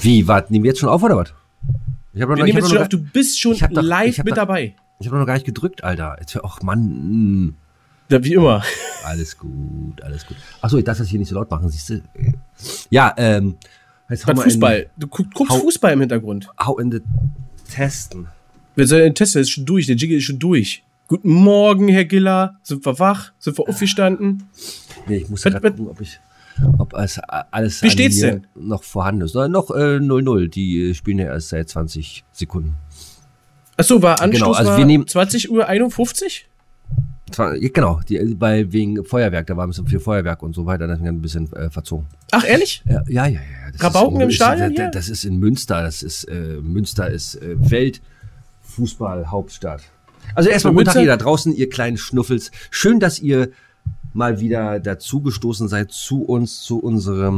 Wie, warte, nehmen wir jetzt schon auf, oder was? Wir nehmen jetzt schon auf, du bist schon live mit dabei. Ich habe noch gar nicht gedrückt, Alter. Ach, Mann. Ja, wie immer. Alles gut. Achso, ich darf das hier nicht so laut machen, siehst du? Ja, jetzt hau mal Fußball. Du guckst Fußball im Hintergrund. Hau in den Testen. Wir sollen den Test, der ist schon durch, der Jingle ist schon durch. Guten Morgen, Herr Giller. Sind wir wach? Sind wir aufgestanden? Nee, ich muss gerade gucken, ob alles wie steht's denn? noch vorhanden ist. Noch 0-0. Die spielen ja erst seit 20 Sekunden. Achso, war Anschluss genau, also war wir nehmen 20:51 Uhr? Genau, wegen Feuerwerk, da war ein bisschen viel Feuerwerk und so weiter, dann ein bisschen verzogen. Ach, ehrlich? Ja. Rabauken im Stadion hier? Das ist in Münster, Münster ist Weltfußball-Hauptstadt. Also erstmal guten Tag ihr da draußen, ihr kleinen Schnuffels. Schön, dass ihr mal wieder dazugestoßen seid zu uns, zu unserem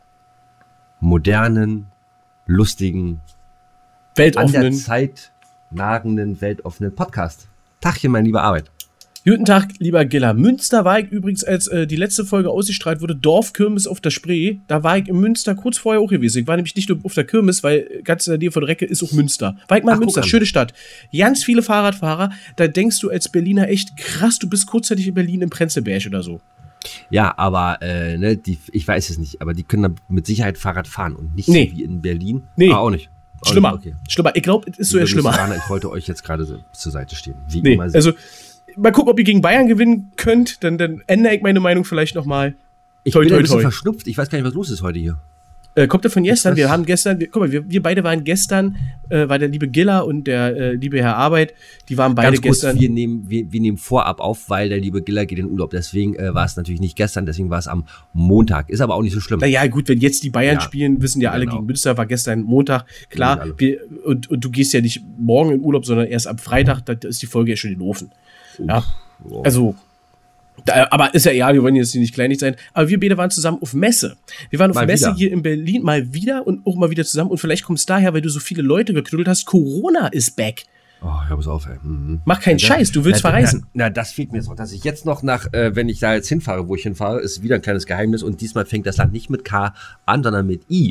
modernen, lustigen, weltoffenen, an der Zeit nagenden, weltoffenen Podcast. Tagchen, mein lieber Arbeit. Guten Tag, lieber Giller. Münster war ich übrigens, als die letzte Folge ausgestrahlt wurde, Dorfkirmes auf der Spree. Da war ich in Münster kurz vorher auch gewesen. Ich war nämlich nicht nur auf der Kirmes, weil ganz in der Nähe von Recke ist auch Münster. War ich mal in Münster, schöne Stadt. Ganz viele Fahrradfahrer. Da denkst du als Berliner echt krass, du bist kurzzeitig in Berlin im Prenzlberg oder so. Ja, aber ich weiß es nicht, aber die können da mit Sicherheit Fahrrad fahren und nicht so wie in Berlin. Nee. Auch nicht. Schlimmer. Okay. Schlimmer. Ich glaube, es ist so schlimmer. Ich wollte euch jetzt gerade so zur Seite stehen. Wie immer. Also, mal gucken, ob ihr gegen Bayern gewinnen könnt. Dann ändere ich meine Meinung vielleicht nochmal. Ich bin ein bisschen verschnupft. Ich weiß gar nicht, was los ist heute hier. Kommt der von gestern? Wir haben gestern, guck mal, wir beide waren gestern, war der liebe Giller und der liebe Herr Arbeit, die waren beide ganz kurz, gestern. Wir nehmen vorab auf, weil der liebe Giller geht in Urlaub. Deswegen war es natürlich nicht gestern, deswegen war es am Montag. Ist aber auch nicht so schlimm. Naja, gut, wenn jetzt die Bayern spielen, wissen ja alle, gegen Münster war gestern Montag. Klar, und du gehst ja nicht morgen in Urlaub, sondern erst am Freitag, da ist die Folge ja schon in den Ofen. Ja, also... aber ist ja egal, wir wollen jetzt nicht kleinlich sein. Aber wir beide waren zusammen auf Messe. Wir waren auf Messe hier in Berlin mal wieder und auch mal wieder zusammen. Und vielleicht kommt es daher, weil du so viele Leute geknuddelt hast. Corona ist back. Oh, hör pass auf, ey. Mach keinen Scheiß, du willst verreisen. Na, das fehlt mir jetzt noch. Dass ich jetzt noch wenn ich da jetzt hinfahre, wo ich hinfahre, ist wieder ein kleines Geheimnis. Und diesmal fängt das Land nicht mit K an, sondern mit I.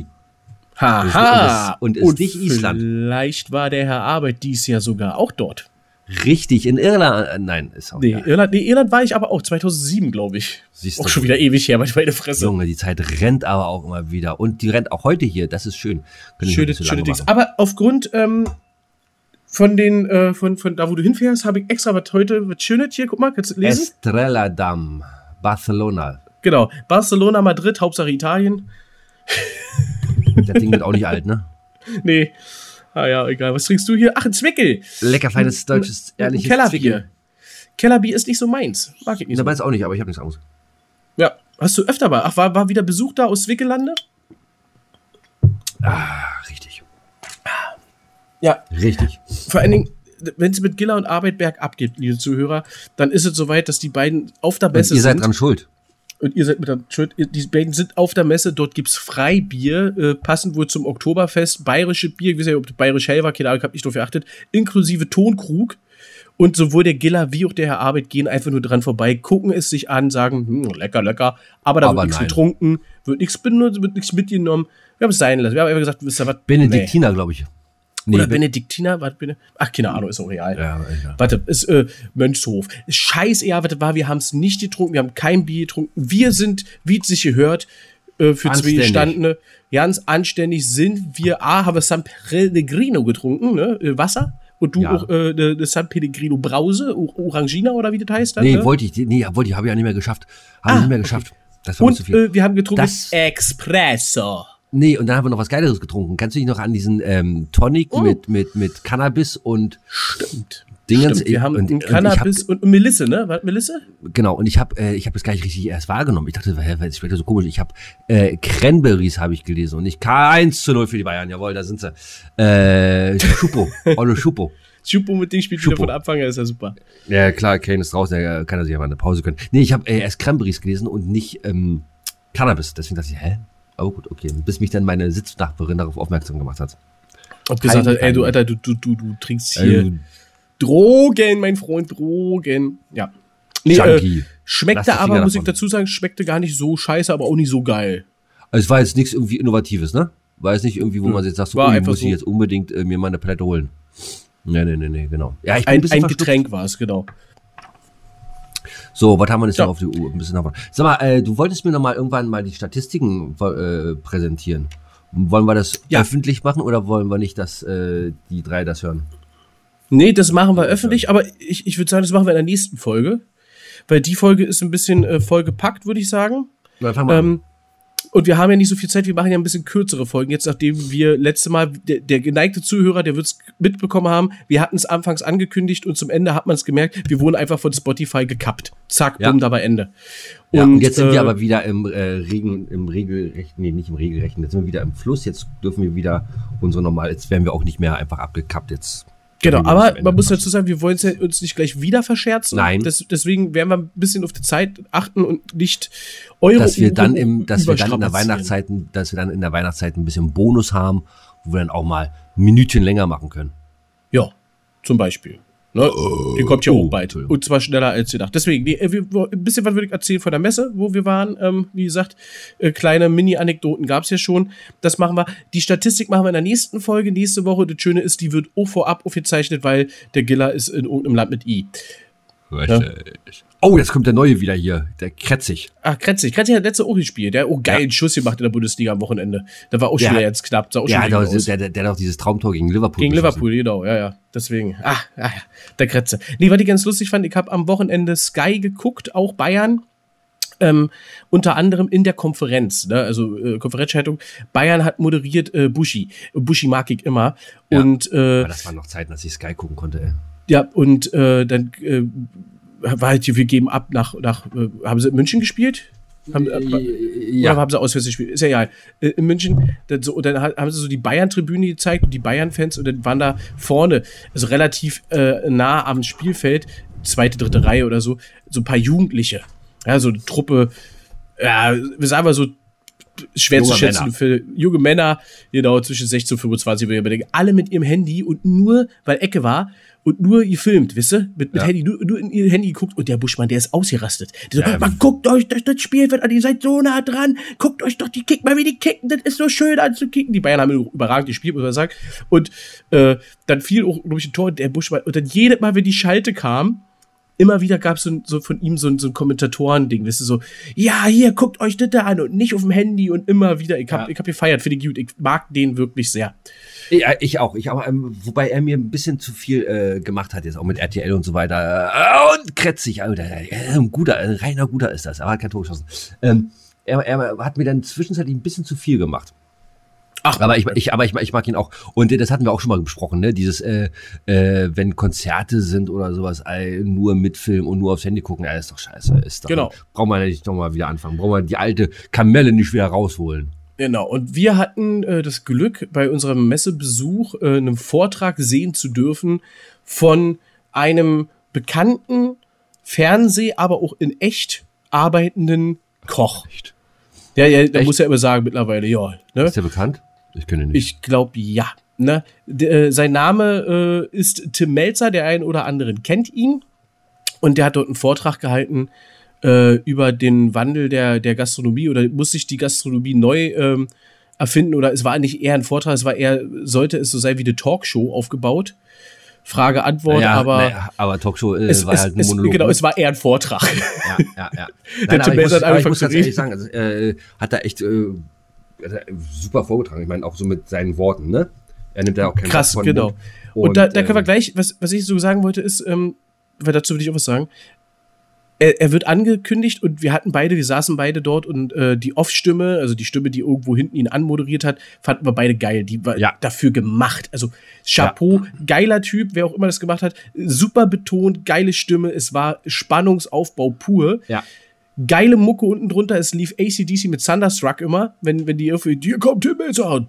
Haha. Und ist nicht Island. Vielleicht war der Herr Arbeit dies Jahr sogar auch dort. Richtig, in Irland, nein, ist auch Irland war ich aber auch, 2007, glaube ich. Siehst auch schon wieder ewig her, meine Fresse. Junge, die Zeit rennt aber auch immer wieder. Und die rennt auch heute hier, das ist schön. Schöne Dings. Aber aufgrund von da, wo du hinfährst, habe ich extra was Schönes hier, guck mal, kannst du lesen? Estrella-Damm, Barcelona. Genau, Barcelona, Madrid, Hauptsache Italien. Das Ding wird auch nicht alt, ne? Nee. Ah ja, egal. Was trinkst du hier? Ach, ein Zwickel. Lecker, feines, deutsches, ehrliches Kellerbier. Kellerbier ist nicht so meins. Mag ich nicht so. Meins auch nicht, aber ich habe nichts anderes. Ja, hast du öfter mal. Ach, war wieder Besuch da aus Zwickellande? Richtig. Ja. Richtig. Vor allen Dingen, wenn es mit Giller und Arbeit bergab geht, liebe Zuhörer, dann ist es soweit, dass die beiden auf der Messe sind. Ihr seid dran schuld. Und ihr seid mit der Schuld. Die beiden sind auf der Messe, dort gibt's Freibier, passend wohl zum Oktoberfest, bayerische Bier, ich weiß nicht, ob bayerisch hell war, keine Ahnung, ich hab nicht drauf geachtet, inklusive Tonkrug. Und sowohl der Giller wie auch der Herr Arbeit gehen einfach nur dran vorbei, gucken es sich an, sagen, lecker, aber da wird nichts getrunken, wird nichts benutzt, wird nichts mitgenommen. Wir haben es sein lassen. Wir haben einfach gesagt, wisst ihr was? Benediktiner, glaube ich. Oder Benediktiner, ach, keine Ahnung, ist auch real. Ja. Warte, ist Mönchshof. Scheiß eher, wir haben es nicht getrunken, wir haben kein Bier getrunken. Wir sind, wie es sich gehört, für zwei Gestandene, ganz anständig sind wir. Haben wir San Pellegrino getrunken, ne? Wasser. Und du auch San Pellegrino Brause, Orangina oder wie das heißt? Dann, nee, habe ich ja nicht mehr geschafft. Das war und zu viel. Wir haben getrunken Espresso. Nee, und dann haben wir noch was Geileres getrunken. Kannst du dich noch an diesen Tonic mit Cannabis und Dingens? Wir haben Cannabis und Melisse, ne? Was, Melisse? Genau, und ich hab das gar nicht richtig erst wahrgenommen. Ich dachte, es schmeckt so komisch. Ich habe Cranberries habe ich gelesen und nicht 1:0 für die Bayern. Jawohl, da sind sie. Schupo, Olle Schupo. Schupo, mit dem spielt wieder von Anfang an, ist ja super. Ja, klar, Kane ist draußen, der kann sich aber eine Pause gönnen. Nee, ich habe erst Cranberries gelesen und nicht Cannabis. Deswegen dachte ich, Oh gut, okay. Bis mich dann meine Sitznachbarin darauf aufmerksam gemacht hat. Und gesagt hat, ey, du Alter, du trinkst hier Drogen, mein Freund, Drogen. Ja. Nee, schmeckte aber, muss ich dazu sagen, schmeckte gar nicht so scheiße, aber auch nicht so geil. Also es war jetzt nichts irgendwie Innovatives, ne? War es nicht irgendwie, wo man jetzt sagt, so, muss ich jetzt unbedingt mir mal eine Palette holen. Nee, genau. Ja, ein Getränk war es, genau. So, was haben wir jetzt noch auf die Uhr? Ein bisschen davon. Sag mal, du wolltest mir noch mal irgendwann mal die Statistiken präsentieren. Wollen wir das öffentlich machen oder wollen wir nicht, dass die drei das hören? Nee, das machen wir öffentlich, aber ich würde sagen, das machen wir in der nächsten Folge. Weil die Folge ist ein bisschen vollgepackt, würde ich sagen. Na, fang mal an. Und wir haben ja nicht so viel Zeit, wir machen ja ein bisschen kürzere Folgen. Jetzt, nachdem wir letzte Mal, der geneigte Zuhörer, der wird es mitbekommen haben, wir hatten es anfangs angekündigt und zum Ende hat man es gemerkt, wir wurden einfach von Spotify gekappt. Zack, bumm, dabei Ende. Und jetzt sind wir aber wieder im Regelrechten, nee, nicht im Regelrechten, jetzt sind wir wieder im Fluss, jetzt dürfen wir wieder jetzt werden wir auch nicht mehr einfach abgekappt, jetzt. Genau, aber man muss dazu sagen, wir wollen es ja uns nicht gleich wieder verscherzen. Nein. Deswegen werden wir ein bisschen auf die Zeit achten und nicht Euro. Dass wir dann in der Weihnachtszeit ein bisschen Bonus haben, wo wir dann auch mal ein Minütchen länger machen können. Ja, zum Beispiel. Ne? Die kommt ja auch bald. Und zwar schneller als gedacht. Deswegen, ein bisschen was würde ich erzählen von der Messe, wo wir waren. Wie gesagt, kleine Mini-Anekdoten gab es ja schon. Das machen wir. Die Statistik machen wir in der nächsten Folge, nächste Woche. Das Schöne ist, die wird auch vorab aufgezeichnet, weil der Giller ist in irgendeinem Land mit I. Ja. Oh, jetzt kommt der Neue wieder hier, der Kretzig. Ach, Kretzig. Kretzig hat letzte auch gespielt. Der hat geilen Schuss gemacht in der Bundesliga am Wochenende. Da war auch schon jetzt knapp. Der hat auch dieses Traumtor gegen Liverpool. Gegen Liverpool, genau, ja. Deswegen. Der Kretze. Nee, was ich ganz lustig fand, ich habe am Wochenende Sky geguckt, auch Bayern. Unter anderem in der Konferenz, ne? Also Konferenzschaltung. Bayern hat moderiert Buschi. Buschi mag ich immer. Ja, und aber das waren noch Zeiten, dass ich Sky gucken konnte, ey. Ja, und dann war halt, wir geben ab nach haben sie in München gespielt? Oder haben sie auswärts gespielt? Ist ja egal. In München, und dann haben sie so die Bayern-Tribüne gezeigt und die Bayern-Fans und dann waren da vorne, also relativ nah am Spielfeld, zweite, dritte Reihe oder so ein paar Jugendliche. Ja, so eine Truppe, wir sagen mal so, schwer zu schätzen für junge Männer, genau, zwischen 16 und 25, würde ich überlegen, alle mit ihrem Handy und nur, weil Ecke war, und nur gefilmt, wisst ihr? Mit Handy, nur in ihr Handy geguckt und der Buschmann, der ist ausgerastet. Der so, man guckt euch das Spielfeld an, ihr seid so nah dran, guckt euch doch die Kick mal, wie die kicken, das ist so schön anzukicken. Die Bayern haben überragend gespielt, muss man sagen. Und dann fiel auch, glaube ich, ein Tor, der Buschmann, und dann jedes Mal, wenn die Schalte kam, immer wieder gab es so von ihm so ein Kommentatoren-Ding, weißt du, so, ja, hier, guckt euch das da an und nicht auf dem Handy und immer wieder. Ich hab gefeiert für den Gut. Ich mag den wirklich sehr. Ja, ich auch. Wobei er mir ein bisschen zu viel gemacht hat, jetzt auch mit RTL und so weiter. Und Kretzig, Alter. Ein reiner Guter ist das, aber hat kein Tor geschossen. Er hat mir dann zwischenzeitlich ein bisschen zu viel gemacht. Ach, aber ich mag ihn auch. Und das hatten wir auch schon mal besprochen, ne? Dieses, wenn Konzerte sind oder sowas, nur mitfilmen und nur aufs Handy gucken, ist doch scheiße. Genau. Brauchen wir nicht nochmal wieder anfangen. Brauchen wir die alte Kamelle nicht wieder rausholen. Genau. Und wir hatten das Glück, bei unserem Messebesuch einen Vortrag sehen zu dürfen von einem bekannten aber auch in echt arbeitenden Koch. Echt? Ja, da muss er immer sagen mittlerweile, ja. Ne? Ist der bekannt? Ich kenne ihn nicht. Ich glaube, ja. Ne? Sein Name ist Tim Melzer, der einen oder anderen kennt ihn. Und der hat dort einen Vortrag gehalten über den Wandel der Gastronomie oder muss sich die Gastronomie neu erfinden oder es war nicht eher ein Vortrag, sollte es so sein wie eine Talkshow aufgebaut. Frage, Antwort, aber Talkshow war halt ein Monolog. Genau, es war eher ein Vortrag. Ja. Der Tim Melzer hat aber ich muss ganz ehrlich sagen, also, hat er echt super vorgetragen. Ich meine, auch so mit seinen Worten, ne? Er nimmt ja auch keinen Krass, genau. Und da können wir gleich, was ich so sagen wollte, ist, weil dazu will ich auch was sagen. Er wird angekündigt und wir saßen beide dort und die Off-Stimme, also die Stimme, die irgendwo hinten ihn anmoderiert hat, fanden wir beide geil. Die war dafür gemacht. Also Chapeau, geiler Typ, wer auch immer das gemacht hat. Super betont, geile Stimme. Es war Spannungsaufbau pur. Ja. Geile Mucke unten drunter. Es lief AC/DC mit Thunderstruck immer, wenn die irgendwie, hier kommt Tim Melzer.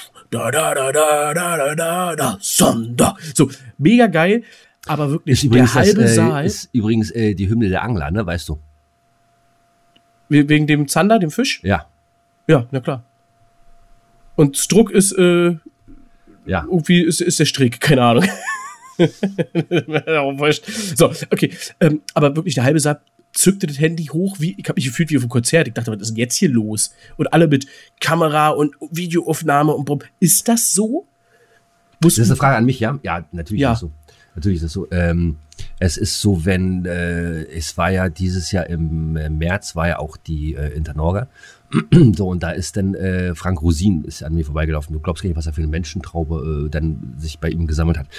Sonder. So, mega geil. Aber wirklich, der halbe Saal. Ist übrigens die Hymne der Angler, ne, weißt du? Wegen dem Zander, dem Fisch? Ja. Ja, na klar. Und Struck ist, irgendwie ist der Strick, keine Ahnung. So, okay. Aber wirklich, der halbe Saal zückte das Handy hoch, ich habe mich gefühlt wie auf einem Konzert. Ich dachte, was ist denn jetzt hier los? Und alle mit Kamera und Videoaufnahme und ist das so? Das ist eine Frage an mich, ja? Ja, natürlich ist das so. Natürlich ist das so. Es ist so, wenn, es war ja dieses Jahr im März, war ja auch die Internorga. So, und da ist dann Frank Rosin ist an mir vorbeigelaufen. Du glaubst gar nicht, was er für eine Menschentraube dann sich bei ihm gesammelt hat.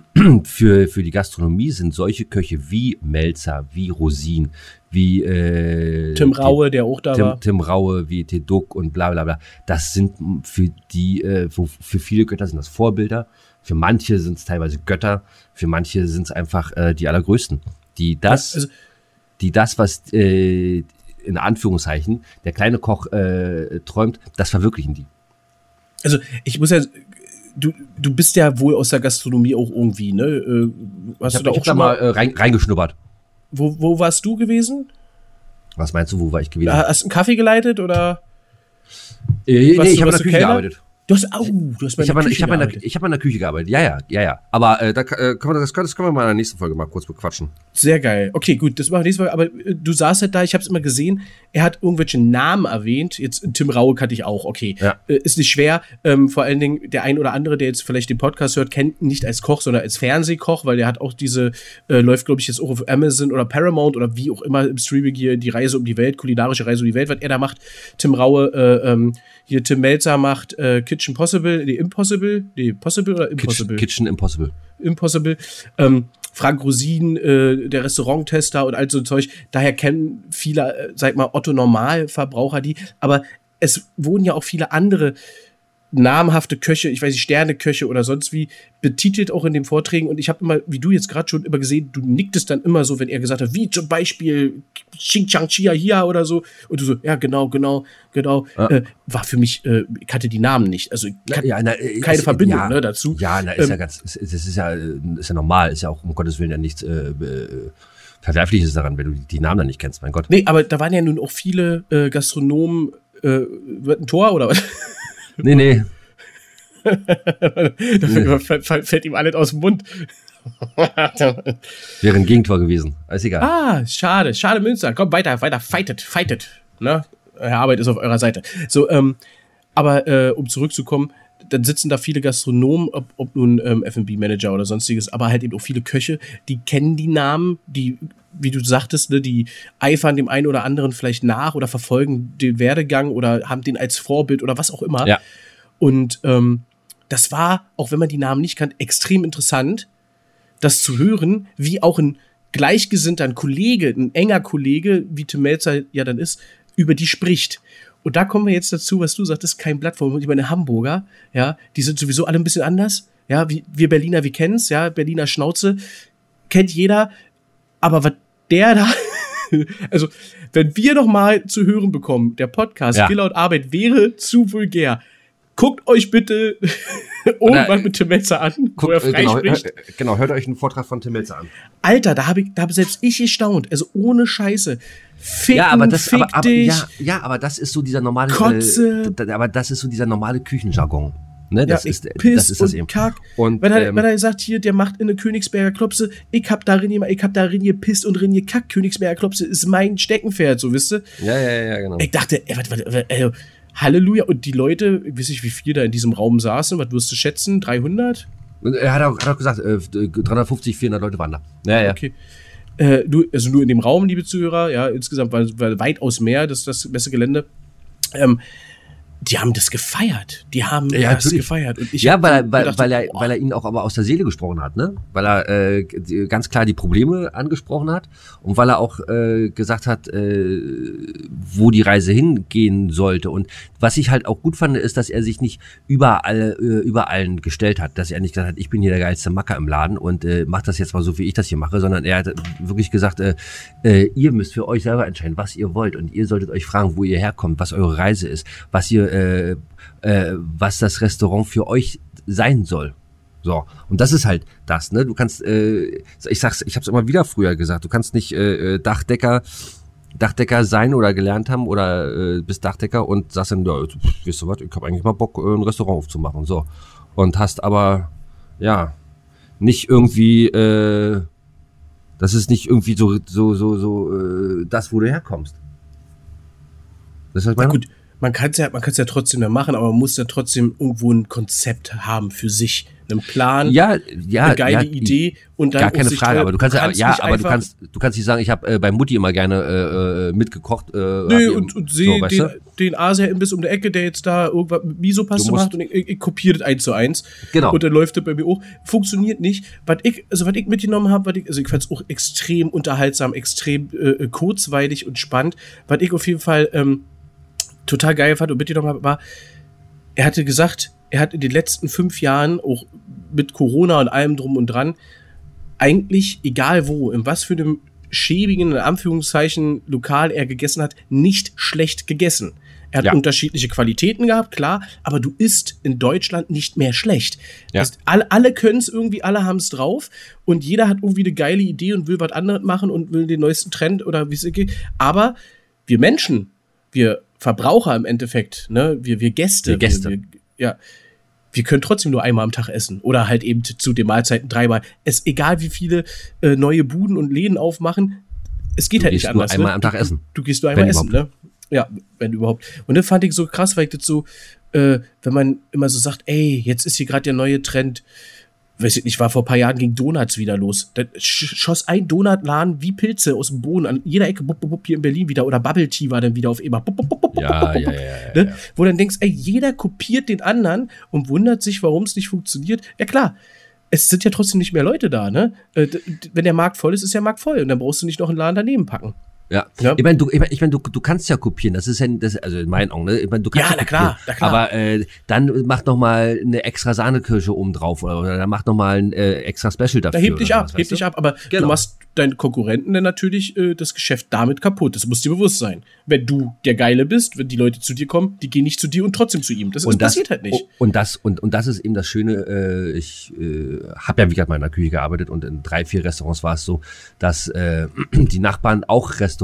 Für die Gastronomie sind solche Köche wie Melzer, wie Rosin, wie Tim Raue, der auch da war. Tim Raue, wie Teduk und bla bla bla. Das sind für die, für viele Götter sind das Vorbilder. Für manche sind es teilweise Götter. Für manche sind es einfach die Allergrößten. Die das, was in Anführungszeichen der kleine Koch träumt, das verwirklichen die. Also ich muss ja, du bist ja wohl aus der Gastronomie auch irgendwie, ne? Ich hab da mal reingeschnuppert. Wo warst du gewesen? Was meinst du, wo war ich gewesen? Hast du einen Kaffee geleitet oder? Nee, ich habe in der Küche gearbeitet. Ich habe in der Küche gearbeitet. Ja. Aber das können wir mal in der nächsten Folge mal kurz bequatschen. Sehr geil. Okay, gut, das machen wir nächste Folge. Aber du saßt halt da, ich habe es immer gesehen, er hat irgendwelche Namen erwähnt. Jetzt Tim Raue kannte ich auch, okay. Ja. Ist nicht schwer. Vor allen Dingen der ein oder andere, der jetzt vielleicht den Podcast hört, kennt ihn nicht als Koch, sondern als Fernsehkoch, weil der hat auch läuft, glaube ich, jetzt auch auf Amazon oder Paramount oder wie auch immer im Streaming hier die Reise um die Welt, kulinarische Reise um die Welt, was er da macht. Tim Raue, hier Tim Melzer macht Kitchen Possible, Possible oder Impossible? Kitchen Impossible. Impossible. Frank Rosin, der Restauranttester und all so Zeug. Daher kennen viele, sag mal, Otto-Normalverbraucher die. Aber es wurden ja auch viele andere namhafte Köche, ich weiß nicht, Sterneköche oder sonst wie, betitelt auch in den Vorträgen. Und ich habe immer, wie du jetzt gerade schon immer gesehen, du nicktest dann immer so, wenn er gesagt hat, wie zum Beispiel Xing Chang Chia Hia oder so. Und du so, ja, genau. Ja. War für mich, ich kannte die Namen nicht. Also keine Verbindung dazu. Ja, ist ja ganz, das ist ja normal, ist ja auch um Gottes Willen ja nichts Verwerfliches daran, wenn du die Namen dann nicht kennst, mein Gott. Nee, aber da waren ja nun auch viele Gastronomen, wird ein Tor oder was? Nee. Dafür fällt ihm alles aus dem Mund. Wäre ein Gegentor gewesen. Alles egal. Schade Münster. Komm, weiter, fightet. Ne? Herr Arbeit ist auf eurer Seite. So, aber um zurückzukommen, dann sitzen da viele Gastronomen, ob nun F&B-Manager oder sonstiges, aber halt eben auch viele Köche, die kennen die Namen, die, wie du sagtest, ne, die eifern dem einen oder anderen vielleicht nach oder verfolgen den Werdegang oder haben den als Vorbild oder was auch immer. Ja. Und das war, auch wenn man die Namen nicht kannte, extrem interessant, das zu hören, wie auch ein Gleichgesinnter, ein enger Kollege, wie Tim Melzer ja dann ist, über die spricht. Und da kommen wir jetzt dazu, was du sagtest, kein Blatt vor. Ich meine, Hamburger, ja, die sind sowieso alle ein bisschen anders. Ja, wir Berliner, wir kennen's, ja, Berliner Schnauze, kennt jeder. Aber was der da, also, wenn wir noch mal zu hören bekommen, der Podcast Skill und Arbeit wäre zu vulgär. Guckt euch bitte irgendwann mit Tim Melzer an, wo er frei spricht. Genau, hört euch einen Vortrag von Tim Melzer an. Alter, da habe selbst ich gestaunt. Also ohne Scheiße. Ficken, aber das ist so dieser normale Kotze. Aber das ist so dieser normale Küchenjargon. Ne, das ist das eben. Kack. Und wenn er sagt, hier, der macht in eine Königsberger Klopse, ich hab darin gepisst und drin gekackt. Königsberger Klopse ist mein Steckenpferd, so wisst ihr? Ja, genau. Ich dachte, Halleluja. Und die Leute, ich weiß nicht, wie viele da in diesem Raum saßen, was wirst du schätzen? 300? Er hat auch gesagt, 350, 400 Leute waren da. Ja. Okay. Nur in dem Raum, liebe Zuhörer, ja, insgesamt war weitaus mehr, das beste Gelände. Die haben das gefeiert. gefeiert. Und weil er ihnen auch aber aus der Seele gesprochen hat, ne? Weil er ganz klar die Probleme angesprochen hat und weil er auch gesagt hat, wo die Reise hingehen sollte. Und was ich halt auch gut fand, ist, dass er sich nicht über allen gestellt hat. Dass er nicht gesagt hat, ich bin hier der geilste Macker im Laden und macht das jetzt mal so, wie ich das hier mache, sondern er hat wirklich gesagt, ihr müsst für euch selber entscheiden, was ihr wollt und ihr solltet euch fragen, wo ihr herkommt, was eure Reise ist, was das Restaurant für euch sein soll. So. Und das ist halt das, ne? Du kannst, ich hab's immer wieder früher gesagt, du kannst nicht Dachdecker sein oder gelernt haben oder bist Dachdecker und sagst dann, ja, weißt du was, ich hab eigentlich mal Bock, ein Restaurant aufzumachen. So. Und hast aber, ja, nicht irgendwie Das ist nicht irgendwie so das, wo du herkommst. Das ist, was ich meine? Na gut, man kann es ja trotzdem mehr machen, aber man muss ja trotzdem irgendwo ein Konzept haben für sich, einen Plan, eine geile Idee und dann gar keine Frage, aber du kannst nicht sagen, ich habe bei Mutti immer gerne mitgekocht. Und sehe den Asia-Imbiss um der Ecke, der jetzt da irgendwas mit Miso-Paste macht und ich kopiere das 1:1. Genau. Und dann läuft das bei mir auch. Funktioniert nicht. Was ich mitgenommen habe, ich fand es auch extrem unterhaltsam, extrem kurzweilig und spannend. Was ich auf jeden Fall total geil fand und mitgenommen habe, war, er hatte gesagt, er hat in den letzten 5 Jahren, auch mit Corona und allem drum und dran, eigentlich, egal wo, in was für einem schäbigen, in Anführungszeichen, Lokal er gegessen hat, nicht schlecht gegessen. Er hat unterschiedliche Qualitäten gehabt, klar, aber du isst in Deutschland nicht mehr schlecht. Ja. Alle können es irgendwie, alle haben es drauf und jeder hat irgendwie eine geile Idee und will was anderes machen und will den neuesten Trend oder wie es geht. Aber wir Menschen, wir Verbraucher im Endeffekt, ne, wir Gäste. Wir können trotzdem nur einmal am Tag essen. Oder halt eben zu den Mahlzeiten 3-mal. Es egal, wie viele neue Buden und Läden aufmachen, es geht halt nicht anders. Du gehst nur einmal am Tag essen. Du gehst nur einmal essen, ne? Ja, wenn überhaupt. Und das fand ich so krass, weil ich das so, wenn man immer so sagt, ey, jetzt ist hier gerade der neue Trend, weiß ich nicht, war vor ein paar Jahren ging Donuts wieder los. Da schoss ein Donutladen wie Pilze aus dem Boden an jeder Ecke, hier in Berlin wieder. Oder Bubble Tea war dann wieder auf immer. Ja. Wo dann denkst, ey, jeder kopiert den anderen und wundert sich, warum es nicht funktioniert. Ja klar, es sind ja trotzdem nicht mehr Leute da, ne? Wenn der Markt voll ist, ist der Markt voll. Und dann brauchst du nicht noch einen Laden daneben packen. Ja. Ich meine, du kannst ja kopieren. Das ist ja, also in meinen Augen, ne? Ich meine, du kannst na klar. Aber dann mach noch mal eine extra Sahnekirsche oben drauf oder dann mach noch mal ein extra Special dafür. Da heb dich ab. Aber du machst deinen Konkurrenten dann natürlich das Geschäft damit kaputt. Das muss dir bewusst sein. Wenn du der Geile bist, wenn die Leute zu dir kommen, die gehen nicht zu dir und trotzdem zu ihm. Das passiert halt nicht. Und das ist eben das Schöne. Ich habe ja wie gesagt mal in der Küche gearbeitet und in 3-4 Restaurants war es so, dass die Nachbarn auch dass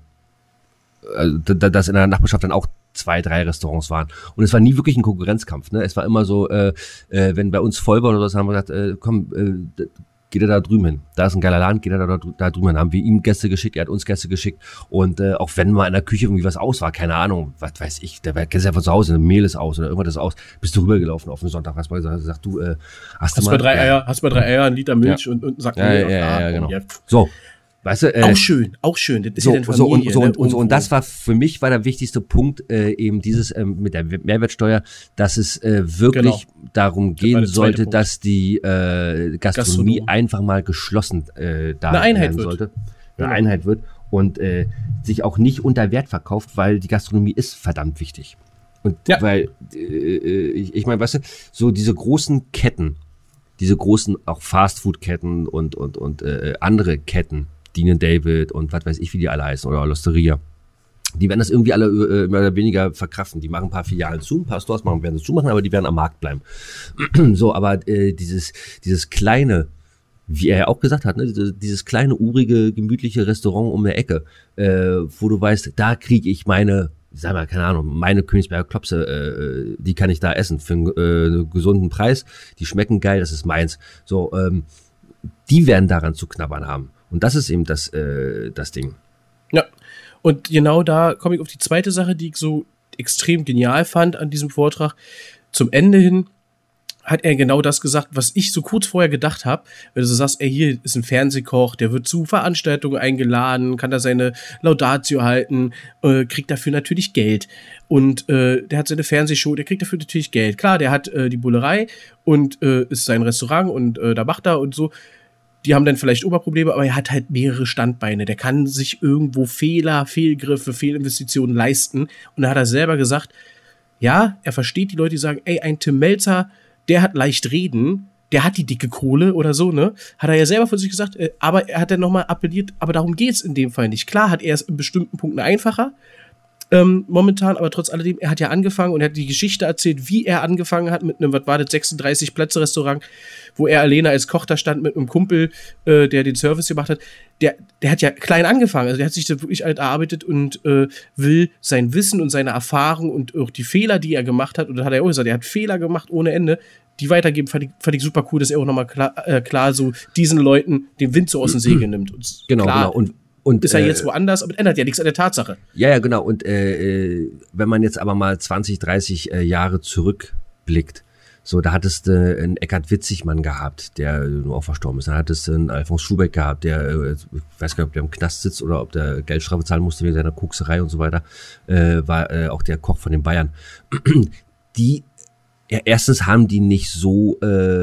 in der Nachbarschaft dann auch 2-3 Restaurants waren. Und es war nie wirklich ein Konkurrenzkampf. Ne? Es war immer so, wenn bei uns voll war oder so, haben wir gesagt, komm, geht er da drüben hin. Da ist ein geiler Laden, geht er da drüben hin. Haben wir ihm Gäste geschickt, er hat uns Gäste geschickt. Und auch wenn mal in der Küche irgendwie was aus war, keine Ahnung, was weiß ich, der kennst ja von zu Hause, ein Mehl ist aus oder irgendwas ist aus, bist du rübergelaufen auf den Sonntag, hast mal gesagt, du, hast du mal 3 Eier, hast mal 3 Eier, ein Liter Milch und einen Sack Mehl. Ja, genau. So. Weißt du, auch schön. Das ist ja dann Familie, und das war für mich der wichtigste Punkt, eben dieses mit der Mehrwertsteuer, dass es wirklich darum gehen sollte, dass die Gastronomie einfach mal geschlossen da eine Einheit sollte. Eine Einheit wird und sich auch nicht unter Wert verkauft, weil die Gastronomie ist verdammt wichtig. Und weil ich meine, weißt du, so diese großen Ketten, diese großen auch Fastfood-Ketten und andere Ketten, Dean & David und was weiß ich, wie die alle heißen, oder L'Osteria. Die werden das irgendwie alle mehr oder weniger verkraften. Die machen ein paar Filialen zu, ein paar Stores werden es zumachen, aber die werden am Markt bleiben. So, aber dieses kleine, wie er ja auch gesagt hat, ne, dieses kleine, urige, gemütliche Restaurant um der Ecke, wo du weißt, da kriege ich meine Königsberger Klopse, die kann ich da essen für einen gesunden Preis. Die schmecken geil, das ist meins. So, die werden daran zu knabbern haben. Und das ist eben das Ding. Ja, und genau da komme ich auf die zweite Sache, die ich so extrem genial fand an diesem Vortrag. Zum Ende hin hat er genau das gesagt, was ich so kurz vorher gedacht habe. Wenn du so sagst, ey, hier ist ein Fernsehkoch, der wird zu Veranstaltungen eingeladen, kann da seine Laudatio halten, kriegt dafür natürlich Geld. Und der hat seine Fernsehshow, der kriegt dafür natürlich Geld. Klar, der hat die Bullerei und ist sein Restaurant und da macht er und so. Die haben dann vielleicht Oberprobleme, aber er hat halt mehrere Standbeine. Der kann sich irgendwo Fehler, Fehlgriffe, Fehlinvestitionen leisten. Und da hat er selber gesagt, ja, er versteht die Leute, die sagen, ey, ein Tim Melzer, der hat leicht reden, der hat die dicke Kohle oder so, ne? Hat er ja selber von sich gesagt, aber er hat dann nochmal appelliert, aber darum geht's in dem Fall nicht. Klar hat er es in bestimmten Punkten einfacher, momentan, aber trotz alledem, er hat ja angefangen und er hat die Geschichte erzählt, wie er angefangen hat mit einem, 36-Plätze-Restaurant, wo er alleine als Koch da stand mit einem Kumpel, der den Service gemacht hat. Der hat ja klein angefangen, also der hat sich da wirklich alt erarbeitet und will sein Wissen und seine Erfahrung und auch die Fehler, die er gemacht hat, und da hat er auch gesagt, er hat Fehler gemacht ohne Ende, die weitergeben, fand ich super cool, dass er auch nochmal klar so diesen Leuten den Wind so aus den Segeln nimmt. Und genau. Und ist er jetzt woanders, aber ändert ja nichts an der Tatsache. Ja, genau. Und wenn man jetzt aber mal 20, 30 Jahre zurückblickt, so, da hattest du einen Eckhard Witzigmann gehabt, der nur auch verstorben ist. Dann hattest du einen Alfons Schubeck gehabt, der, ich weiß gar nicht, ob der im Knast sitzt oder ob der Geldstrafe zahlen musste wegen seiner Kokserei und so weiter, war auch der Koch von den Bayern. Erstens haben die nicht so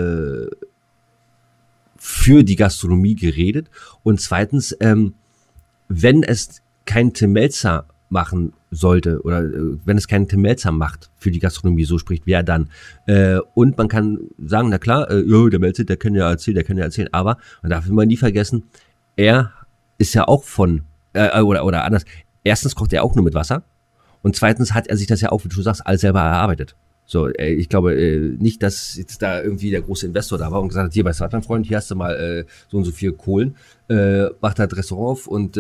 für die Gastronomie geredet und zweitens, wenn es kein Tim Melzer machen sollte oder wenn es keinen Tim Melzer macht für die Gastronomie, so spricht wer dann. Und man kann sagen, na klar, der Melzer, der kann ja erzählen, aber man darf immer nie vergessen, er ist ja auch oder anders, erstens kocht er auch nur mit Wasser und zweitens hat er sich das ja auch, wie du sagst, alles selber erarbeitet. So, ich glaube nicht, dass jetzt da irgendwie der große Investor da war und gesagt hat, hier, weißt du was, mein Freund, hier hast du mal so und so viel Kohlen, macht das Restaurant auf und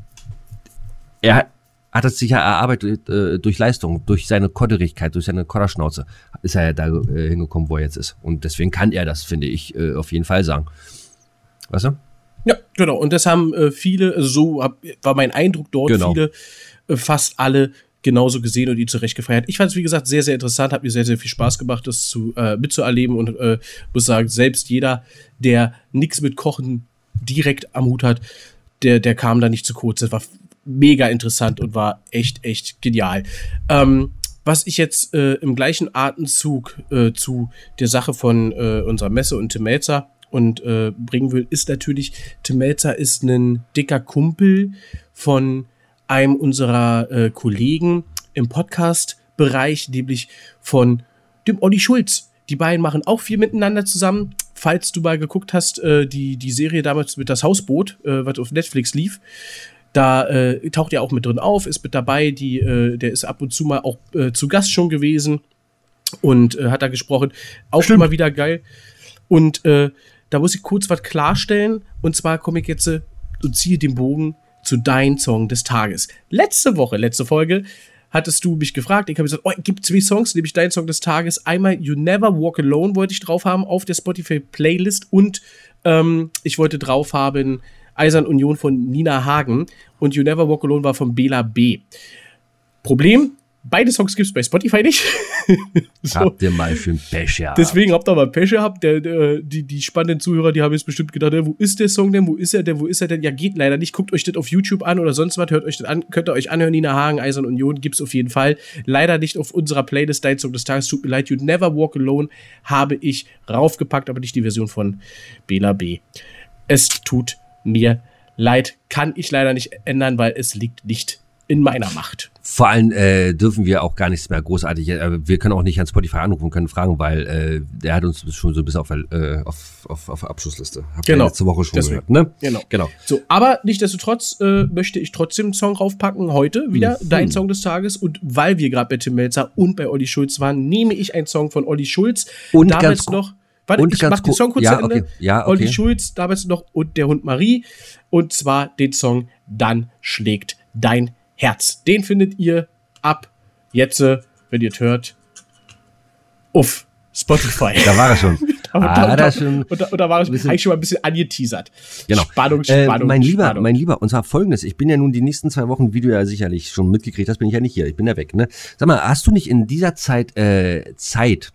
er hat es sich ja erarbeitet durch Leistung, durch seine Kodderigkeit, durch seine Kodderschnauze ist er ja da hingekommen, wo er jetzt ist. Und deswegen kann er das, finde ich, auf jeden Fall sagen. Weißt du? Ja, genau. Und das haben viele, war mein Eindruck dort, viele, fast alle genauso gesehen und ihn zurecht gefeiert. Ich fand es, wie gesagt, sehr, sehr interessant, hat mir sehr, sehr viel Spaß gemacht, das mitzuerleben und muss sagen, selbst jeder, der nichts mit Kochen direkt am Hut hat, der kam da nicht zu kurz. Das war mega interessant und war echt, echt genial. Was ich jetzt im gleichen Atemzug zu der Sache von unserer Messe und Tim Melzer bringen will, ist natürlich, Tim Melzer ist ein dicker Kumpel von einem unserer Kollegen im Podcast-Bereich, nämlich von dem Olli Schulz. Die beiden machen auch viel miteinander zusammen. Falls du mal geguckt hast, die Serie damals mit das Hausboot, was auf Netflix lief, da taucht er auch mit drin auf, ist mit dabei, der ist ab und zu mal auch zu Gast schon gewesen und hat da gesprochen. Auch Stimmt. immer wieder geil. Und da muss ich kurz was klarstellen. Und zwar komme ich jetzt und ziehe den Bogen zu deinem Song des Tages. Letzte Folge, hattest du mich gefragt. Ich habe gesagt, gibt 2 Songs, nämlich dein Song des Tages. Einmal You Never Walk Alone wollte ich drauf haben auf der Spotify-Playlist und ich wollte drauf haben Eisern Union von Nina Hagen und You Never Walk Alone war von Bela B. Problem, beide Songs gibt's bei Spotify nicht. So. Habt ihr mal schön Pech gehabt. Deswegen habt ihr mal Pech gehabt. Die spannenden Zuhörer, die haben jetzt bestimmt gedacht, wo ist der Song denn? Wo ist er denn? Ja, geht leider nicht. Guckt euch das auf YouTube an oder sonst was. Hört euch das an. Könnt ihr euch anhören. Nina Hagen, Eisern Union gibt's auf jeden Fall. Leider nicht auf unserer Playlist Dein Song des Tages. Tut mir leid. You Never Walk Alone habe ich raufgepackt, aber nicht die Version von Bela B. Es tut mir leid. Kann ich leider nicht ändern, weil es liegt nicht in meiner Macht. Vor allem dürfen wir auch gar nichts mehr großartig, wir können auch nicht an Spotify anrufen und können fragen, weil der hat uns schon so ein bisschen auf Abschlussliste. Habt ihr letzte Woche schon gehört, ne? Genau. So, aber nichtsdestotrotz möchte ich trotzdem einen Song raufpacken, heute wieder, dein Song des Tages. Und weil wir gerade bei Tim Melzer und bei Olli Schulz waren, nehme ich einen Song von Olli Schulz. Und damals noch, warte, ich mach den Song kurz zu Ende. Okay. Ja, okay. Olli Schulz, damals noch und der Hund Marie. Und zwar den Song Dann schlägt dein Herz. Den findet ihr ab jetzt, wenn ihr es hört, auf Spotify. Da war er schon. Und da war ich eigentlich schon mal ein bisschen angeteasert. Genau. Spannung. Mein Lieber, und zwar Folgendes. Ich bin ja nun die nächsten 2 Wochen, wie du ja sicherlich schon mitgekriegt hast, bin ich ja nicht hier. Ich bin ja weg, ne? Sag mal, hast du nicht in dieser Zeit Zeit,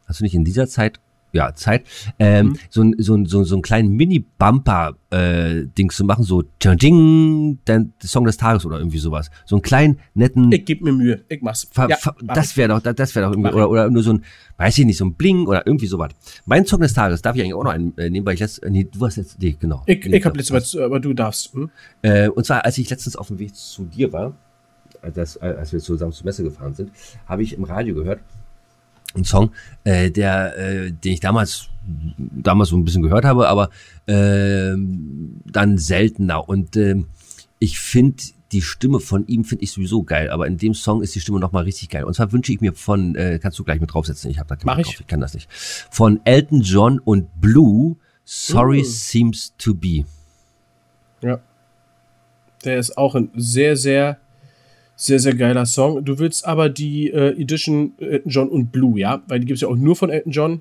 so einen kleinen Mini-Bumper-Dings zu machen, so Ding, dann der Song des Tages oder irgendwie sowas. So einen kleinen, netten. Ich gebe mir Mühe, ich mach's. Das wäre doch irgendwie, oder nur so ein, weiß ich nicht, so ein Bling oder irgendwie sowas. Mein Song des Tages darf ich eigentlich auch noch einen nehmen, weil du hast jetzt, genau. Ich hab letztes Mal, aber du darfst. Und zwar, als ich letztens auf dem Weg zu dir war, als wir zusammen zur Messe gefahren sind, habe ich im Radio gehört, ein Song, den ich damals so ein bisschen gehört habe, aber dann seltener. Und ich finde die Stimme von ihm finde ich sowieso geil, aber in dem Song ist die Stimme nochmal richtig geil. Und zwar wünsche ich mir von, kannst du gleich mit draufsetzen, ich habe da keinen drauf, ich kann das nicht. Von Elton John und Blue, Sorry Seems to Be. Ja. Der ist auch ein sehr, sehr sehr, sehr geiler Song. Du willst aber die Edition Elton John und Blue, ja? Weil die gibt es ja auch nur von Elton John.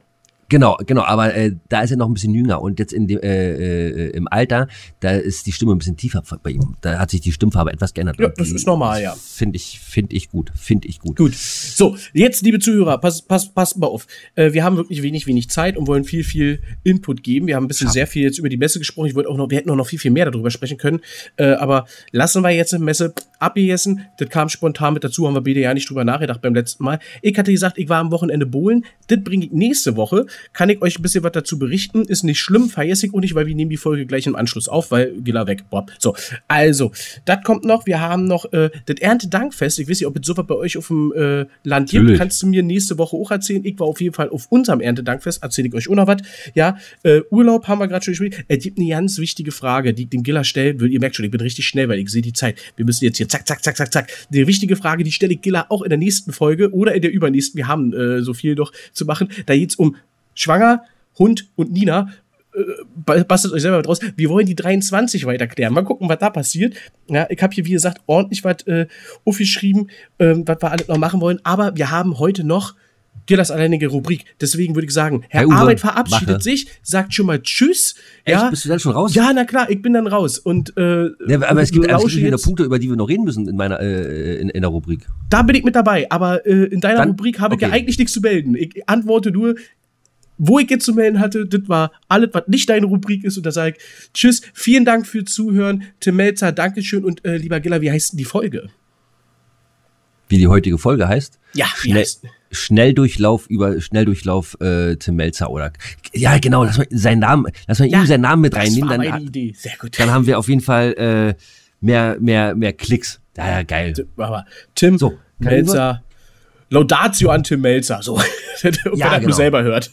Genau, aber da ist er noch ein bisschen jünger und jetzt in dem, im Alter, da ist die Stimme ein bisschen tiefer bei ihm. Da hat sich die Stimmfarbe etwas geändert. Ja, das ist normal, ja. Finde ich gut. Gut. So, jetzt, liebe Zuhörer, passt mal auf. Wir haben wirklich wenig Zeit und wollen viel Input geben. Wir haben ein bisschen sehr viel jetzt über die Messe gesprochen. Wir hätten auch noch viel mehr darüber sprechen können. Aber lassen wir jetzt eine Messe abgegessen. Das kam spontan mit dazu, haben wir beide ja nicht drüber nachgedacht beim letzten Mal. Ich hatte gesagt, ich war am Wochenende bowlen. Das bringe ich nächste Woche. Kann ich euch ein bisschen was dazu berichten. Ist nicht schlimm, vergesse ich auch nicht, weil wir nehmen die Folge gleich im Anschluss auf, weil Gilla weg. Boah. So, also, das kommt noch. Wir haben noch das Erntedankfest. Ich weiß nicht, ob es sowas bei euch auf dem Land gibt. Kannst du mir nächste Woche auch erzählen. Ich war auf jeden Fall auf unserem Erntedankfest. Erzähle ich euch auch noch was. Ja, Urlaub haben wir gerade schon gespielt. Es gibt eine ganz wichtige Frage, die ich dem Gilla stellen will. Ihr merkt schon, ich bin richtig schnell, weil ich sehe die Zeit. Wir müssen jetzt hier zack. Die wichtige Frage, die stelle ich Gilla auch in der nächsten Folge oder in der übernächsten. Wir haben so viel noch zu machen. Da geht's um Schwanger, Hund und Nina. Bastelt euch selber draus. Wir wollen die 23 weiter klären. Mal gucken, was da passiert. Ja, ich habe hier, wie gesagt, ordentlich was aufgeschrieben, was wir alles noch machen wollen. Aber wir haben heute noch Gillas alleinige Rubrik. Deswegen würde ich sagen, Herr Uwe, Arbeit verabschiedet sich, sagt schon mal Tschüss. Echt? Ja. Bist du dann schon raus? Ja, na klar, ich bin dann raus. Und, ja, aber es gibt wieder Punkte, über die wir noch reden müssen in meiner in der Rubrik. Da bin ich mit dabei, aber in deiner Rubrik habe ich ja eigentlich nichts zu melden. Ich antworte nur, wo ich jetzt zu melden hatte, das war alles, was nicht deine Rubrik ist. Und da sage ich Tschüss, vielen Dank für Zuhören. Tim Melzer, Dankeschön. Und lieber Gilla, wie heißt denn die Folge? Wie die heutige Folge heißt? Ja, wie heißt Schnelldurchlauf Tim Melzer oder ja genau, lass mal ihm seinen Namen mit reinnehmen, das war meine Idee. Sehr gut. Dann haben wir auf jeden Fall mehr Klicks. Ja, geil. Aber Tim Melzer, Laudatio an Tim Melzer, so. Wenn er nur selber hört.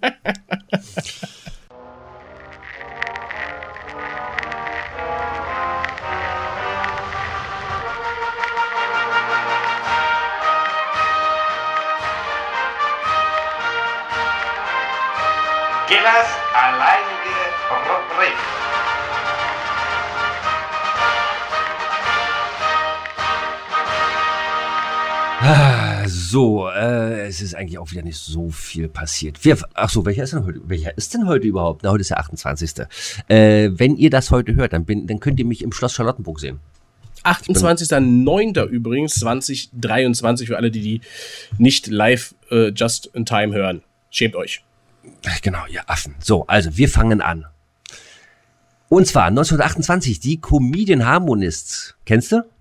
Gillas alleinige Rubrik. So, es ist eigentlich auch wieder nicht so viel passiert. Welcher ist denn heute überhaupt? Na, heute ist der 28. Wenn ihr das heute hört, dann könnt ihr mich im Schloss Charlottenburg sehen. 28.09. übrigens, 2023, für alle, die nicht live just in time hören. Schämt euch. Genau, ihr Affen. So, also wir fangen an. Und zwar 1928, die Comedian Harmonists. Kennst du?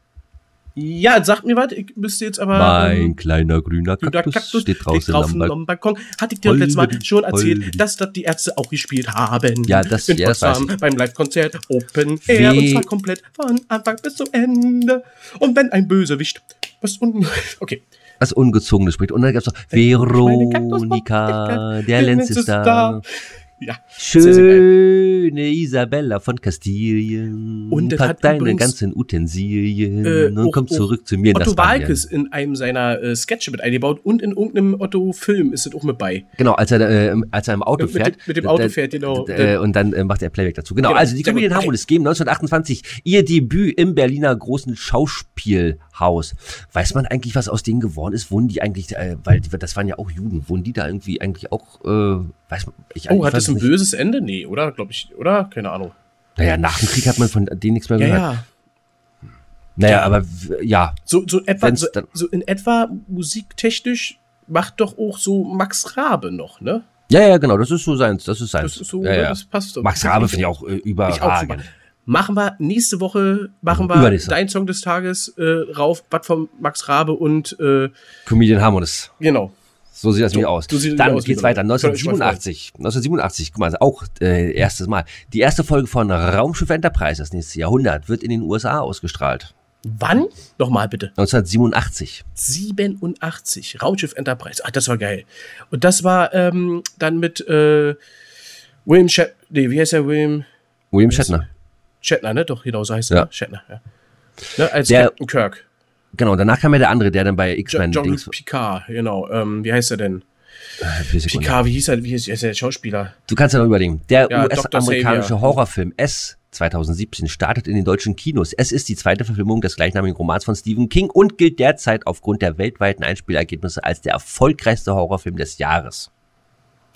Ja, sagt mir was, ich müsste jetzt aber... Mein kleiner grüner Kaktus steht draußen am Balkon. Hatte ich dir letztes Mal schon erzählt, dass das die Ärzte auch gespielt haben. Ja, das weiß ich. Beim Live-Konzert Open Air und zwar komplett von Anfang bis zum Ende. Und wenn ein Bösewicht... Okay. Das Ungezogene spricht. Und dann gab's noch Veronika, der Lenz ist da. Ja, schöne Isabella von Kastilien und packt deine ganzen Utensilien und kommt zurück zu mir in das Otto Walkes in einem seiner Sketche mit eingebaut und in irgendeinem Otto-Film ist es auch mit bei. Genau, als er im Auto fährt. Mit dem Auto fährt, genau. Und dann macht er Playback dazu. Genau, also die Comedian Harmonists geben 1928 ihr Debüt im Berliner großen Schauspielhaus. Weiß man eigentlich, was aus denen geworden ist? Wohnen die eigentlich, weil das waren ja auch Juden, wohnen die da irgendwie eigentlich auch, weiß man, hat das ein böses Ende? Nee, oder? Glaube ich, oder? Keine Ahnung. Naja, nach dem Krieg hat man von denen nichts mehr gehört. Ja. Naja, aber ja. So in etwa musiktechnisch macht doch auch so Max Rabe noch, ne? Ja, genau, das ist so seins. Das ist so, ja. Das passt doch. Max Rabe finde ich auch überragend. Machen wir nächste Woche, dein Song des Tages rauf, was von Max Rabe und Comedian Harmonists. Genau. So sieht das nämlich aus. Dann geht's weiter. 1987, guck mal, auch erstes Mal. Die erste Folge von Raumschiff Enterprise, das nächste Jahrhundert, wird in den USA ausgestrahlt. Wann? Nochmal bitte. 1987. 87, Raumschiff Enterprise. Ach, das war geil. Und das war dann mit William Shatner. Nee, wie heißt der? William Shatner. Shatner, ne? Doch, genau, so heißt er. Ja. Shatner, ja. Ne, als Captain Kirk. Genau, danach kam ja der andere, der dann bei X-Men... Jean-Luc Picard, genau. Wie heißt er denn? Picard, wie hieß er? Wie ist der Schauspieler? Du kannst ja noch überlegen. Der US-amerikanische Horrorfilm S 2017 startet in den deutschen Kinos. Es ist die zweite Verfilmung des gleichnamigen Romans von Stephen King und gilt derzeit aufgrund der weltweiten Einspielergebnisse als der erfolgreichste Horrorfilm des Jahres.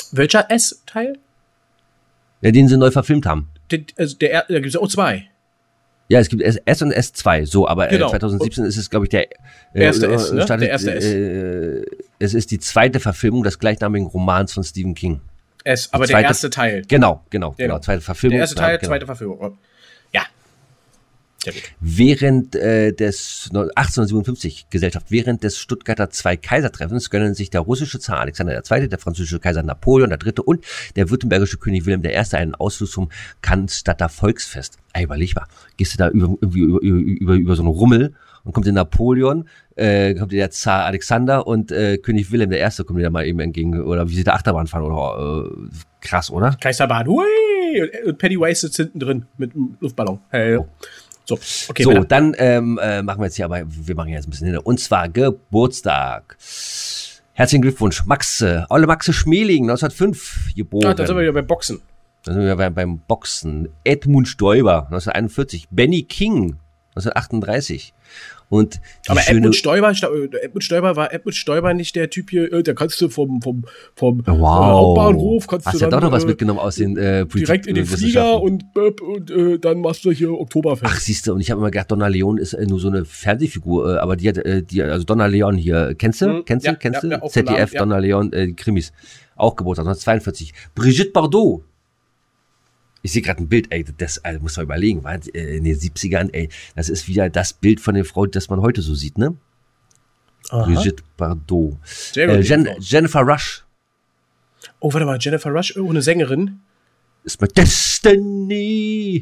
Welcher S-Teil? Ja, den sie neu verfilmt haben. Da gibt es ja auch 2. Ja, es gibt S und S2, so, aber Genau. 2017 ist es, glaube ich, der erste S, ne? startet, Der erste S. Es ist die zweite Verfilmung des gleichnamigen Romans von Stephen King. S, aber der erste Teil. Genau, zweite Verfilmung. Der erste Teil, genau. zweite Verfilmung. Ja. Sehr gut. Während des 1857 Gesellschaft, während des Stuttgarter Zwei-Kaiser-Treffens gönnen sich der russische Zar Alexander II., der französische Kaiser Napoleon III. Und der württembergische König Wilhelm I. einen Ausflug zum Cannstatter Volksfest. Ey, überleg mal, gehst du da über so einen Rummel und kommt der Napoleon, kommt der Zar Alexander und König Wilhelm I. kommt dir da mal eben entgegen, oder wie sie da Achterbahn fahren, oder krass, oder? Kaiserbahn, hui! Und Pennywise sitzt hinten drin mit einem Luftballon. Hey. Oh. So, okay. So, dann machen wir jetzt hier, aber wir machen jetzt ein bisschen hin. Und zwar Geburtstag. Herzlichen Glückwunsch, Olle Maxe Schmeling, 1905 geboren. Ah, da sind wir wieder beim Boxen. Da sind wir beim Boxen. Edmund Stoiber, 1941. Benny King, 1938. Und aber Edmund Stoiber nicht der Typ hier, der kannst du vom Hauptbahnhof, hast du ja doch noch was mitgenommen aus den direkt in den Flieger und dann machst du hier Oktoberfest. Ach, siehst du, und ich habe immer gedacht, Donna Leon ist nur so eine Fernsehfigur, aber die hat, also Donna Leon hier, kennst du? Kennst du? ZDF, ja. Donna Leon, Krimis, auch Geburtstag, 1942. Brigitte Bardot. Ich sehe gerade ein Bild, ey, das muss man überlegen, war in den 70ern, ey, das ist wieder das Bild von der Frau, das man heute so sieht, ne? Aha. Brigitte Bardot. Jennifer Rush. Oh, warte mal, Jennifer Rush, eine Sängerin? Ist my destiny.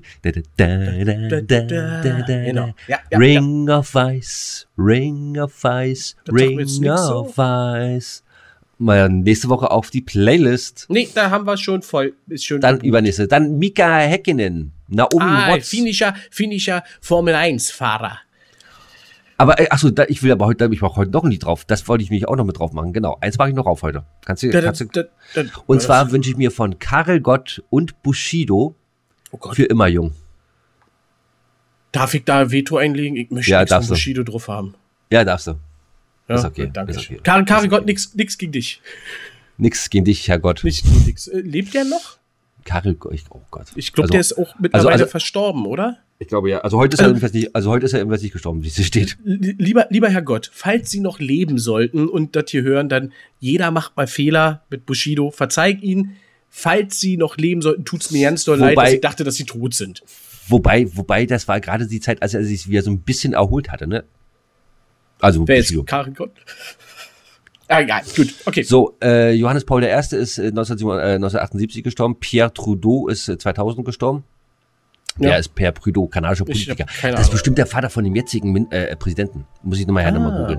Genau. Ja, Ring of Ice, Ring of Ice, Ring of Ice. Mal nächste Woche auf die Playlist. Nee, da haben wir es schon voll. Ist schon dann übernächste. Dann Mika Häkkinen. Naomi Watts. Finnischer Formel-1-Fahrer. Aber, achso, ich mache heute noch ein Lied drauf. Das wollte ich mich auch noch mit drauf machen. Genau, eins mache ich noch auf heute. Kannst du? Und zwar wünsche ich mir von Karel Gott und Bushido für immer jung. Darf ich da Veto einlegen? Ich möchte nichts von Bushido drauf haben. Ja, darfst du. Ja, ist okay. Danke. Okay. Karel Gott, nix gegen dich. Nix gegen dich, Herr Gott. Nicht gegen nix. Lebt der noch? Karel Gott, oh Gott. Ich glaube, der ist auch mittlerweile verstorben, oder? Ich glaube ja. Also heute ist er jedenfalls nicht gestorben, wie es hier steht. Lieber Herr Gott, falls Sie noch leben sollten und das hier hören, dann jeder macht mal Fehler mit Bushido. Verzeih ihn. Falls Sie noch leben sollten, tut's mir ganz doll leid, dass ich dachte, dass Sie tot sind. Wobei, das war gerade die Zeit, als er sich wieder so ein bisschen erholt hatte, ne? Also, wer ist Karel Gott? Ja, gut, okay. So, Johannes Paul I. ist 1978 gestorben, Pierre Trudeau ist 2000 gestorben. Ja. Der ist Pierre Trudeau, kanadischer Politiker. Das ist bestimmt der Vater von dem jetzigen Präsidenten. Muss ich nochmal googeln.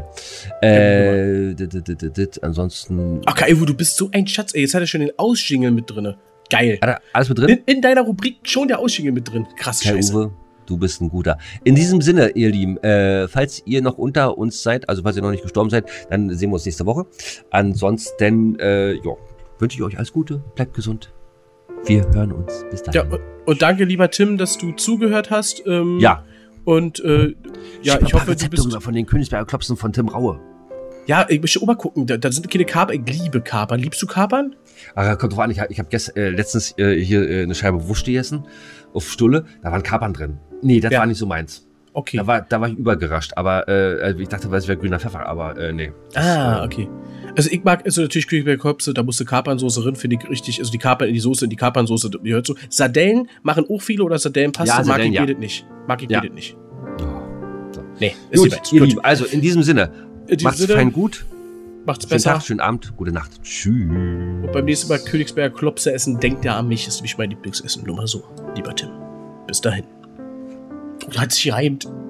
Ansonsten... Ach, Kai, du bist so ein Schatz, ey. Jetzt hat er schon den Ausjingle mit drin. Geil. Hat er alles mit drin? In deiner Rubrik schon der Ausjingle mit drin. Krass, Kai Scheiße. Uwe. Du bist ein guter. In diesem Sinne, ihr Lieben, falls ihr noch unter uns seid, also falls ihr noch nicht gestorben seid, dann sehen wir uns nächste Woche. Ansonsten, wünsche ich euch alles Gute, bleibt gesund. Wir hören uns. Bis dahin. Ja, und danke, lieber Tim, dass du zugehört hast. Ja. Und ich hoffe, du bist... von den Königsberger Klopsen von Tim Raue. Ja, ich möchte auch mal gucken. Da sind keine Kapern. Ich liebe Kapern. Liebst du Kapern? Ach, kommt drauf an. Ich hab letztens hier eine Scheibe Wurst gegessen auf Stulle. Da waren Kapern drin. Nee, das war nicht so meins. Okay. Da war ich übergerascht. Aber ich dachte, das wäre grüner Pfeffer. Aber nee. Okay. Also ich mag natürlich Königsberger Klopse. Da musste Kapernsoße drin, finde ich richtig. Also die Kapern in die Soße, die Kapernsoße, die hört so. Sardellen machen auch viele oder Sardellenpaste. Mag ich jedes nicht. Jedes nicht. So. Nee, ist gut, ihr Lieben. Also in diesem Sinne. Macht's fein gut. Macht's besser. Tag, schönen Abend, gute Nacht. Tschüss. Und beim nächsten Mal Königsberger Klopse essen, denkt ihr an mich. Das ist nämlich mein Lieblingsessen. Nur mal so, lieber Tim. Bis dahin. Oh, hat sich gereimt.